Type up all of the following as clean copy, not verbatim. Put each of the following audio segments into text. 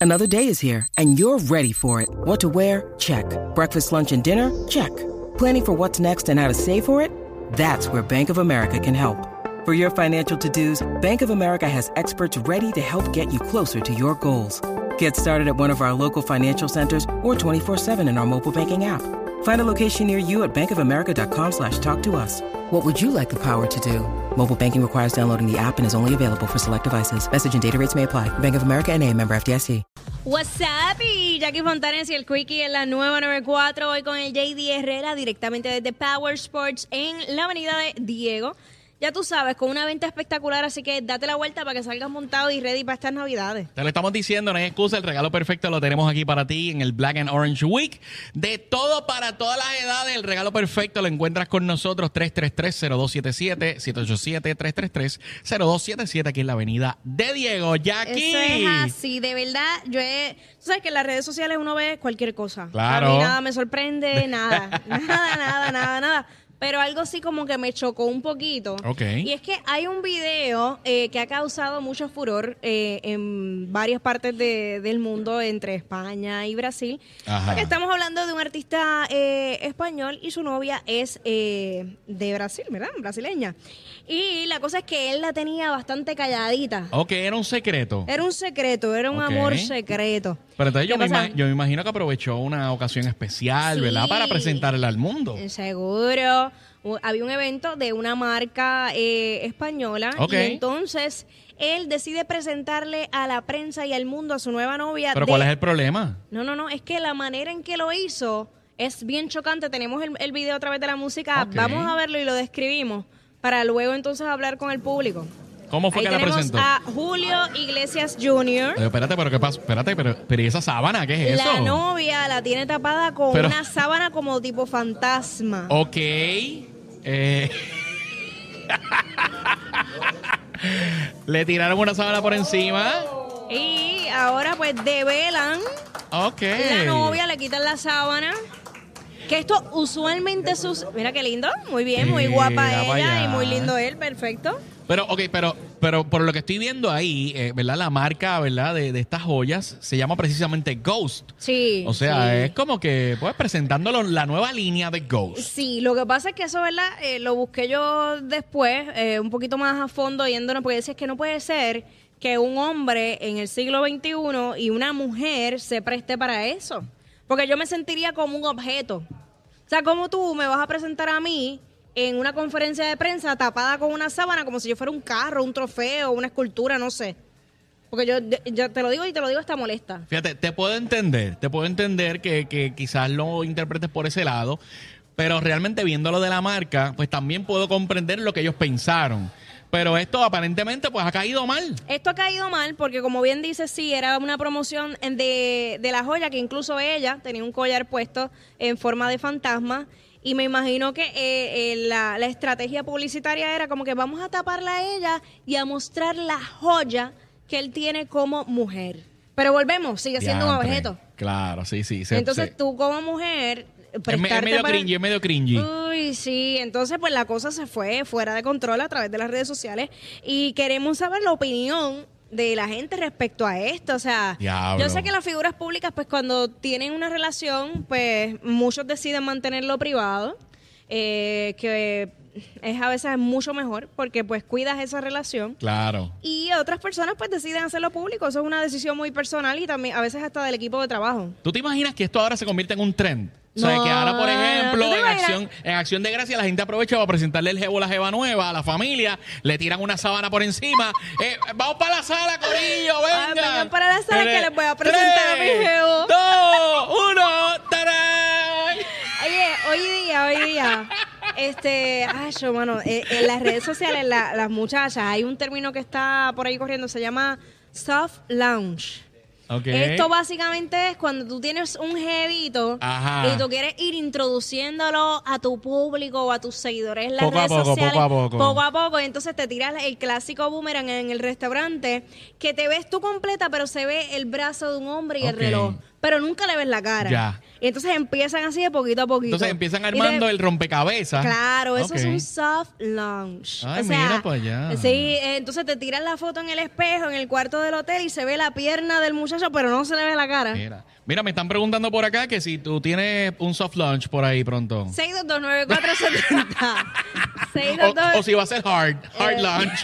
Another day is here, and you're ready for it. What to wear? Check. Breakfast, lunch, and dinner? Check. Planning for what's next and how to save for it? That's where Bank of America can help. For your financial to-dos, Bank of America has experts ready to help get you closer to your goals. Get started at one of our local financial centers or 24/7 in our mobile banking app. Find a location near you at bankofamerica.com/talktous. What would you like the power to do? Mobile banking requires downloading the app and is only available for select devices. Message and data rates may apply. Bank of America N.A., member FDIC. What's up? Y Jackie Fontanes y el Quickie en la nueva 94. Hoy con el JD Herrera directamente desde Power Sports en la avenida de Diego. Ya tú sabes, con una venta espectacular, así que date la vuelta para que salgas montado y ready para estas navidades. Te lo estamos diciendo, no hay excusa, el regalo perfecto lo tenemos aquí para ti en el Black and Orange Week. De todo para todas las edades, el regalo perfecto lo encuentras con nosotros, 333-0277, 787-333-0277, aquí en la avenida de Diego. Jackie. Eso es así, de verdad, tú sabes que en las redes sociales uno ve cualquier cosa. Claro. A mí nada me sorprende, nada. Pero algo sí como que me chocó un poquito. Okay. Y es que hay un video que ha causado mucho furor en varias partes del mundo, entre España y Brasil. Ajá. Porque estamos hablando de un artista español y su novia es de Brasil, ¿verdad? Brasileña. Y la cosa es que él la tenía bastante calladita. Ok, era un secreto. Era un secreto, era un amor secreto. Pero entonces yo me me imagino que aprovechó una ocasión especial, Sí. ¿verdad? Para presentarla al mundo. Seguro. Había un evento de una marca española. Ok. Y entonces él decide presentarle a la prensa y al mundo a su nueva novia. ¿Pero cuál es el problema? No, es que la manera en que lo hizo es bien chocante. Tenemos el video a través de la música. Ok. Vamos a verlo y lo describimos para luego entonces hablar con el público. ¿Cómo fue Ahí que la tenemos presentó? a Julio Iglesias Jr. Espérate, ¿pero qué pasó? Espérate, pero ¿y esa sábana qué es eso? La novia la tiene tapada con Pero- una sábana como tipo fantasma. Ok. Le tiraron una sábana por encima. Y ahora pues develan Ok. la novia, le quitan la sábana. Que esto usualmente Mira qué lindo, muy bien, muy guapa Mira pa' ella allá. y muy lindo él, perfecto. Pero, ok, pero por lo que estoy viendo ahí, ¿verdad? La marca, ¿verdad? De estas joyas se llama precisamente Ghost. Sí. O sea, sí. es como que, pues, presentándolo la nueva línea de Ghost. Sí, lo que pasa es que eso, ¿verdad? Lo busqué yo después, un poquito más a fondo, yéndonos, porque decía que no puede ser que un hombre en el siglo XXI y una mujer se preste para eso. Porque yo me sentiría como un objeto. O sea, ¿cómo tú me vas a presentar a mí en una conferencia de prensa tapada con una sábana como si yo fuera un carro, un trofeo, una escultura, no sé? Porque yo te lo digo y te lo digo hasta molesta. Fíjate, te puedo entender que quizás lo interpretes por ese lado, pero realmente viéndolo de la marca, pues también puedo comprender lo que ellos pensaron. Pero esto aparentemente pues ha caído mal. Esto ha caído mal porque, como bien dice, sí, era una promoción de la joya, que incluso ella tenía un collar puesto en forma de fantasma. Y me imagino que la estrategia publicitaria era como que vamos a taparla a ella y a mostrar la joya que él tiene como mujer. Pero volvemos, sigue siendo un Diantre. objeto. Claro, sí. Entonces tú como mujer... Es prestarte medio para- cringy, es medio cringy. Uy, sí. Entonces, pues la cosa se fue fuera de control a través de las redes sociales y queremos saber la opinión de la gente respecto a esto. O sea, Diablo. yo sé que las figuras públicas, pues cuando tienen una relación, pues muchos deciden mantenerlo privado, que es a veces mucho mejor porque pues cuidas esa relación. Claro. Y otras personas pues deciden hacerlo público. Eso es una decisión muy personal y también a veces hasta del equipo de trabajo. ¿Tú te imaginas que esto ahora se convierte en un trend? O sea, No, que ahora, por ejemplo, ¿tú te imaginas? en acción de gracia, la gente aprovecha para presentarle el jevo a la jeva nueva, a la familia, le tiran una sábana por encima. Vamos para la sala, corillo, Ay, venga. vengan para la sala que les voy a presentar a mi jevo. 2, 1, ¡tarán! Oye, hoy día, mano, en las redes sociales, las muchachas, hay un término que está por ahí corriendo, se llama soft lounge. Okay. Esto básicamente es cuando tú tienes un jevito Ajá. y tú quieres ir introduciéndolo a tu público o a tus seguidores en las Poco a redes poco, sociales. poco a poco. Poco a poco. Y entonces te tiras el clásico boomerang en el restaurante, que te ves tú completa, pero se ve el brazo de un hombre y el Ok. reloj. pero nunca le ves la cara. Ya. Y entonces empiezan así de poquito a poquito. Entonces empiezan armando el rompecabezas. Claro, eso es Ok. un soft launch. Ay, mira para allá. Sí, entonces te tiran la foto en el espejo, en el cuarto del hotel, y se ve la pierna del muchacho, pero no se le ve la cara. Mira, me están preguntando por acá que si tú tienes un soft launch por ahí pronto. 6229470. O si va a ser hard launch.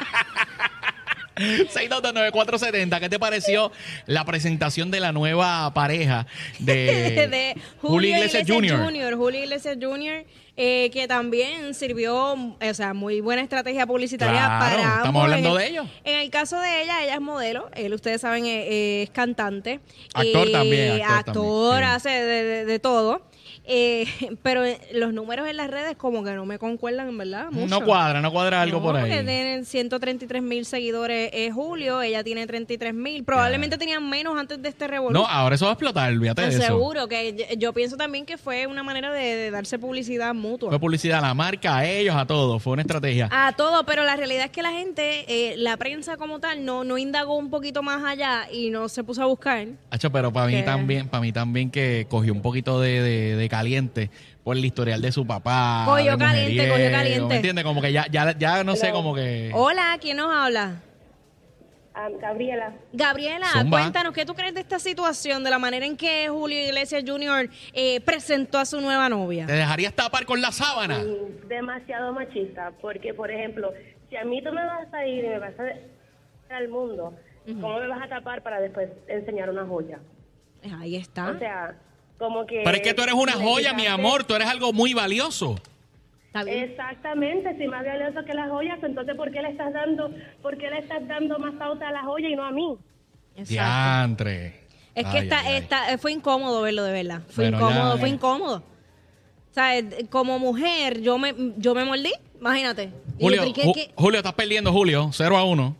6229470. ¿Qué te pareció la presentación de la nueva pareja de Julio Iglesias Jr.? Julio Iglesias Jr., que también sirvió, o sea, muy buena estrategia publicitaria Claro, para ambos. estamos hablando de ellos. En el caso de ella es modelo, él, ustedes saben, es cantante. Actor también, Actor, sí. hace de todo. Pero los números en las redes como que no me concuerdan, en verdad, mucho. No cuadra algo por ahí. Que tienen 133,000 seguidores Julio, ella tiene 33,000. Probablemente tenían menos antes de este revolú. No, ahora eso va a explotar, olvídate de eso. Seguro, que yo pienso también que fue una manera de darse publicidad mutua. Fue publicidad a la marca, a ellos, a todos. Fue una estrategia. A todo, pero la realidad es que la gente, la prensa como tal, no indagó un poquito más allá y no se puso a buscar. Hacho, pero para mí también que cogió un poquito de caliente por el historial de su papá. Cogió caliente. ¿Me entiendes? Como que ya no sé, como que... Hola, ¿quién nos habla? Gabriela. Gabriela, Zumba. cuéntanos, ¿qué tú crees de esta situación, de la manera en que Julio Iglesias Jr. Presentó a su nueva novia? ¿Te dejarías tapar con la sábana? Demasiado machista, porque, por ejemplo, si a mí tú me vas a ir y me vas a decir al mundo, ¿cómo me vas a tapar para después enseñar una joya? Ahí está. O sea, como que... Pero es que tú eres una me joya, mi quitaste- amor. Tú eres algo muy valioso. Está bien. Exactamente, si más valioso que las joyas, entonces ¿por qué le estás dando más pauta a la joya y no a mí? Exacto. Diantre. Es que fue incómodo verlo, de verdad. Fue Bueno, incómodo, ya, fue incómodo. O sea, como mujer, yo me mordí, imagínate. Y Julio, yo, ¿qué? Julio, estás perdiendo, Julio. 0-1.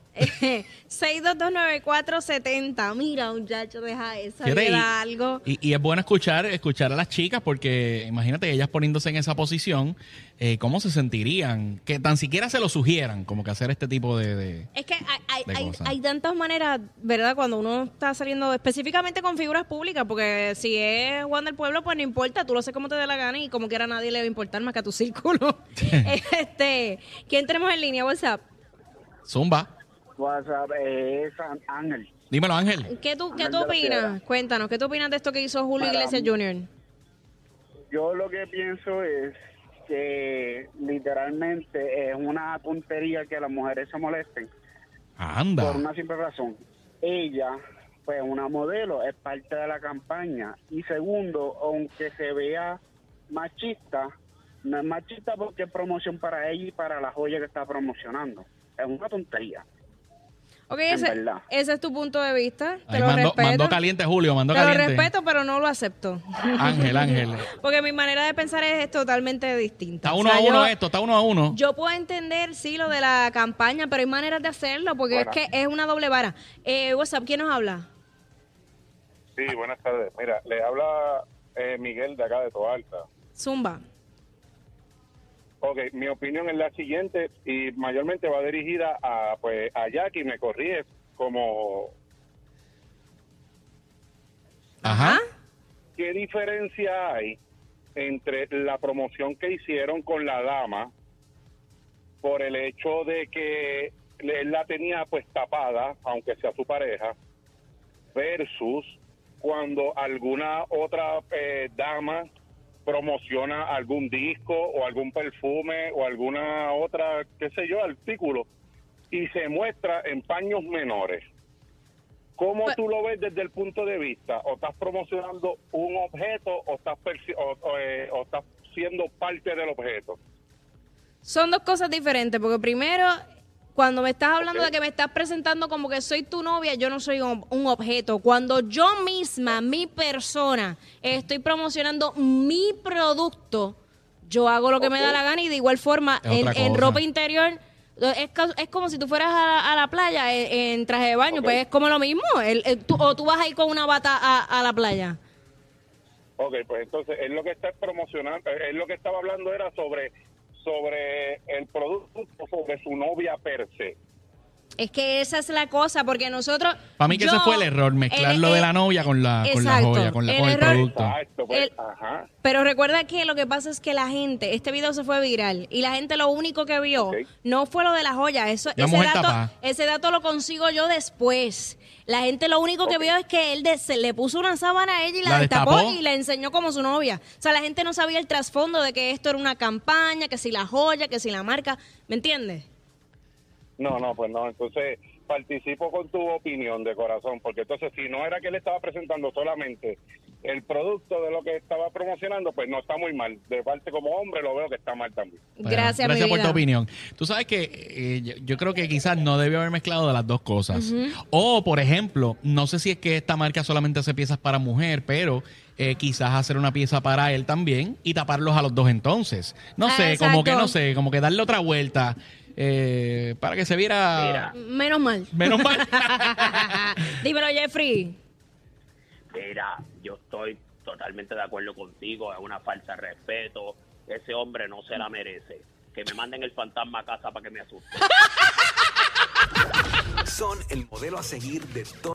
6229470. Mira, muchacho, deja eso. Fíjate, Le da algo. y es bueno escuchar a las chicas porque imagínate ellas poniéndose en esa posición, cómo se sentirían, que tan siquiera se lo sugieran, como que hacer este tipo de... Es que de cosas. hay tantas maneras, ¿verdad? Cuando uno está saliendo específicamente con figuras públicas, porque si es Juan del Pueblo, pues no importa, tú lo haces como te dé la gana y como quiera a nadie le va a importar más que a tu círculo. ¿Quién tenemos en línea? WhatsApp. Zumba. WhatsApp es Ángel. Dímelo, Ángel. ¿Qué tú Ángel de la opinas? Piedra. Cuéntanos, ¿qué tú opinas de esto que hizo Julio Para Iglesias mí- Jr.? Yo lo que pienso es que literalmente es una tontería que las mujeres se molesten por Anda. una simple razón. Ella, pues una modelo, es parte de la campaña. Y segundo, aunque se vea machista, no es machista porque es promoción para ella y para la joya que está promocionando. Es una tontería. Ok, En ese verdad. es tu punto de vista. Te Ahí lo mandó respeto. caliente, Julio, mandó Te lo caliente. respeto, pero no lo acepto. Ángel. Porque mi manera de pensar es totalmente distinta. Está O uno sea, a uno yo- esto, está 1-1. Yo puedo entender, sí, lo de la campaña, pero hay maneras de hacerlo, porque Bueno. es que es una doble vara. WhatsApp, ¿quién nos habla? Sí, buenas tardes. Mira, le habla Miguel de acá de Toalta. Zumba. Ok, mi opinión es la siguiente y mayormente va dirigida a Jackie, me corrige como... Ajá. ¿Qué diferencia hay entre la promoción que hicieron con la dama por el hecho de que él la tenía pues tapada, aunque sea su pareja, versus cuando alguna otra dama promociona algún disco o algún perfume o alguna otra, qué sé yo, artículo y se muestra en paños menores? ¿Cómo Pues- tú lo ves desde el punto de vista? ¿O estás promocionando un objeto o estás siendo parte del objeto? Son dos cosas diferentes, porque primero, cuando me estás hablando Ok. de que me estás presentando como que soy tu novia, yo no soy un objeto. Cuando yo misma, mi persona, estoy promocionando mi producto, yo hago lo que me da la gana y de igual forma, Es otra en cosa. ropa interior, es como si tú fueras a la playa en traje de baño, Ok. pues es como lo mismo. O tú vas a ir con una bata a la playa. Ok, pues entonces él lo que está promocionando, él lo que estaba hablando era sobre el producto, sobre su novia per se. Es que esa es la cosa, porque nosotros... Para mí que ese fue el error, mezclar lo de la novia con la, con el producto. Exacto. joya, con el error- producto. Exacto, pues, El- ajá. Pero recuerda que lo que pasa es que la gente, este video se fue viral y la gente lo único que vio Ok. no fue lo de la joya, La mujer tapada. ese dato lo consigo yo después. La gente lo único que vio es que él se le puso una sábana a ella y la ¿La destapó destapó? y la enseñó como su novia. O sea, la gente no sabía el trasfondo de que esto era una campaña, que si la joya, que si la marca, ¿me entiendes? No, pues no, entonces participo con tu opinión de corazón, porque entonces si no era que él estaba presentando solamente el producto de lo que estaba promocionando, pues no está muy mal. De parte como hombre lo veo que está mal también. Bueno, Gracias, gracias mi por vida. tu opinión. Tú sabes que yo creo que quizás no debió haber mezclado de las dos cosas. O, por ejemplo, no sé si es que esta marca solamente hace piezas para mujer, pero quizás hacer una pieza para él también y taparlos a los dos entonces. No sé, como que exacto. no sé, como que darle otra vuelta para que se viera Menos mal. menos mal. Dímelo, Jeffrey. Mira, yo estoy totalmente de acuerdo contigo, es una falta de respeto, ese hombre no se la merece. Que me manden el fantasma a casa para que me asuste. Son el modelo a seguir de todo.